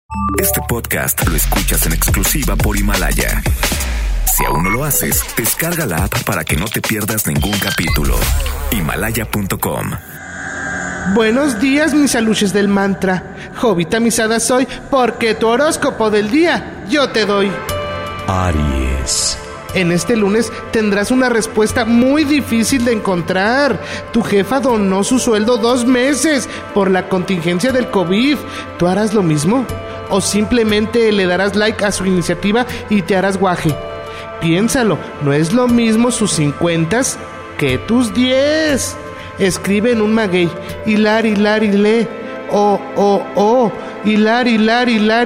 Este podcast lo escuchas en exclusiva por Himalaya. Si aún no lo haces, descarga la app para que no te pierdas ningún capítulo. Himalaya.com. Buenos días, mis aluches del mantra. Jovita misada soy, porque tu horóscopo del día yo te doy. Aries. En este lunes tendrás una respuesta muy difícil de encontrar. Tu jefa donó su sueldo 2 meses por la contingencia del COVID. ¿Tú harás lo mismo? ¿O simplemente le darás like a su iniciativa y te harás guaje? Piénsalo, no es lo mismo sus 50 que tus 10. Escribe en un maguey, hilar, hilar, hilé, hilar, hilar, hilar,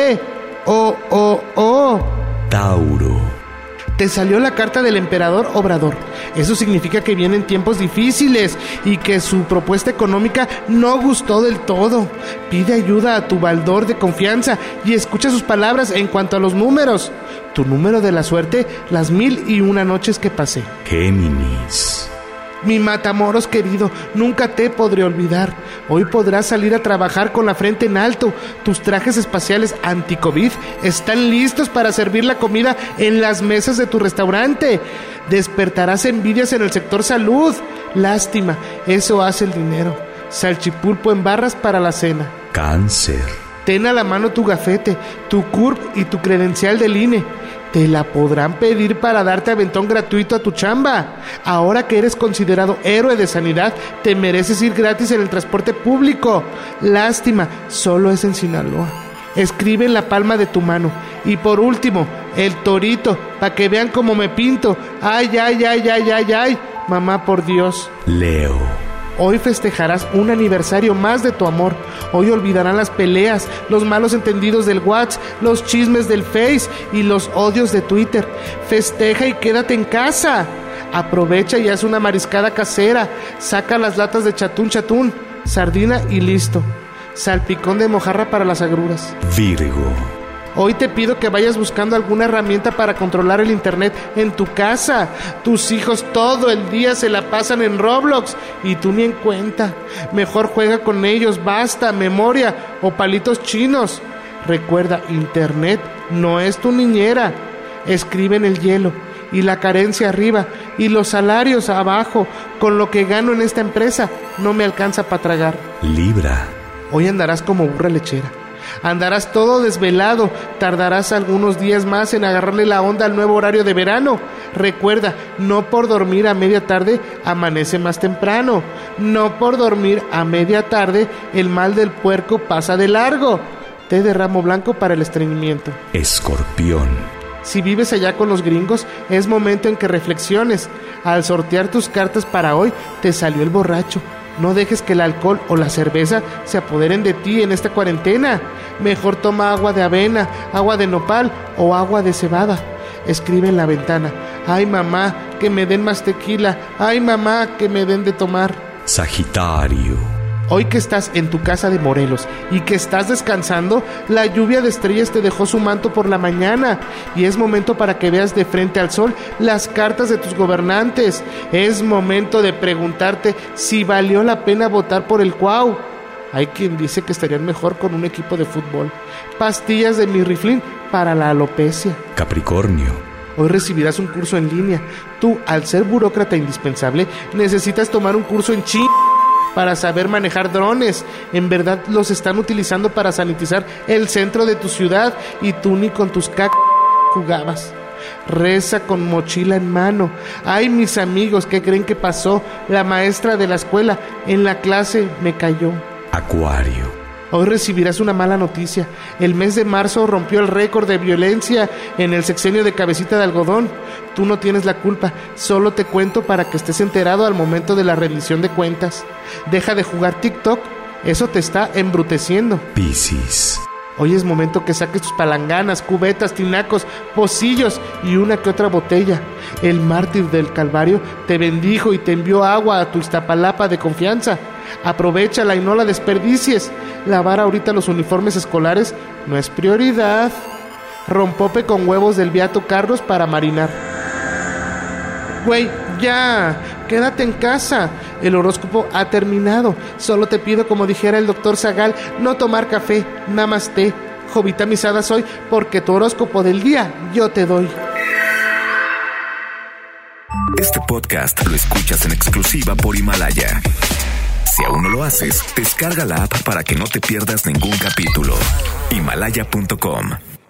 Tauro. Te salió la carta del emperador Obrador. Eso significa que vienen tiempos difíciles y que su propuesta económica no gustó del todo. Pide ayuda a tu baldor de confianza y escucha sus palabras en cuanto a los números. Tu número de la suerte, las 1001 noches que pasé. Géminis. Mi Matamoros querido, nunca te podré olvidar. Hoy podrás salir a trabajar con la frente en alto. Tus trajes espaciales anti-COVID están listos para servir la comida en las mesas de tu restaurante. Despertarás envidias en el sector salud. Lástima, eso hace el dinero. Salchipulpo en barras para la cena. Cáncer. Ten a la mano tu gafete, tu CURP y tu credencial del INE. Te la podrán pedir para darte aventón gratuito a tu chamba. Ahora que eres considerado héroe de sanidad, te mereces ir gratis en el transporte público. Lástima, solo es en Sinaloa. Escribe en la palma de tu mano. Y por último, el torito, para que vean cómo me pinto. Ay, ay, ay, ay, ay, ay. Mamá, por Dios. Leo. Hoy festejarás un aniversario más de tu amor. Hoy olvidarán las peleas, los malos entendidos del WhatsApp, los chismes del Face y los odios de Twitter. Festeja y quédate en casa. Aprovecha y haz una mariscada casera. Saca las latas de chatún, sardina y listo. Salpicón de mojarra para las agruras. Virgo. Hoy te pido que vayas buscando alguna herramienta para controlar el internet en tu casa. Tus hijos todo el día se la pasan en Roblox y tú ni en cuenta. Mejor juega con ellos, basta, memoria o palitos chinos. Recuerda, internet no es tu niñera. Escribe en el hielo y la carencia arriba y los salarios abajo. Con lo que gano en esta empresa no me alcanza para tragar. Libra. Hoy andarás como burra lechera. Andarás todo desvelado, tardarás algunos días más en agarrarle la onda al nuevo horario de verano. Recuerda, no por dormir a media tarde amanece más temprano. No por dormir a media tarde el mal del puerco pasa de largo. Té de ramo blanco para el estreñimiento. Escorpión. Si vives allá con los gringos, es momento en que reflexiones. Al sortear tus cartas para hoy, te salió el borracho. No dejes que el alcohol o la cerveza se apoderen de ti en esta cuarentena. Mejor toma agua de avena, agua de nopal o agua de cebada. Escribe en la ventana: ay mamá, que me den más tequila. Ay mamá, que me den de tomar. Sagitario. Hoy que estás en tu casa de Morelos y que estás descansando, la lluvia de estrellas te dejó su manto por la mañana y es momento para que veas de frente al sol las cartas de tus gobernantes. Es momento de preguntarte si valió la pena votar por el Cuau. Hay quien dice que estarían mejor con un equipo de fútbol. Pastillas de mirriflín para la alopecia. Capricornio. Hoy recibirás un curso en línea. Tú, al ser burócrata indispensable, necesitas tomar un curso en China para saber manejar drones. En verdad los están utilizando para sanitizar el centro de tu ciudad y tú ni con tus jugabas. Reza con mochila en mano. Ay, mis amigos, ¿qué creen que pasó? La maestra de la escuela en la clase me cayó. Acuario. Hoy recibirás una mala noticia. El mes de marzo rompió el récord de violencia en el sexenio de Cabecita de Algodón. Tú no tienes la culpa, solo te cuento para que estés enterado al momento de la rendición de cuentas. Deja de jugar TikTok, eso te está embruteciendo. Piscis. Hoy es momento que saques tus palanganas, cubetas, tinacos, pocillos y una que otra botella. El mártir del Calvario te bendijo y te envió agua a tu Iztapalapa de confianza. Aprovéchala y no la desperdicies. Lavar ahorita los uniformes escolares no es prioridad. Rompope con huevos del Beato Carlos para marinar. Güey, ya, quédate en casa. El horóscopo ha terminado. Solo te pido, como dijera el doctor Zagal, no tomar café, namaste. Jovita Misada soy, porque tu horóscopo del día yo te doy. Este podcast lo escuchas en exclusiva por Himalaya. Si aún no lo haces, descarga la app para que no te pierdas ningún capítulo. Himalaya.com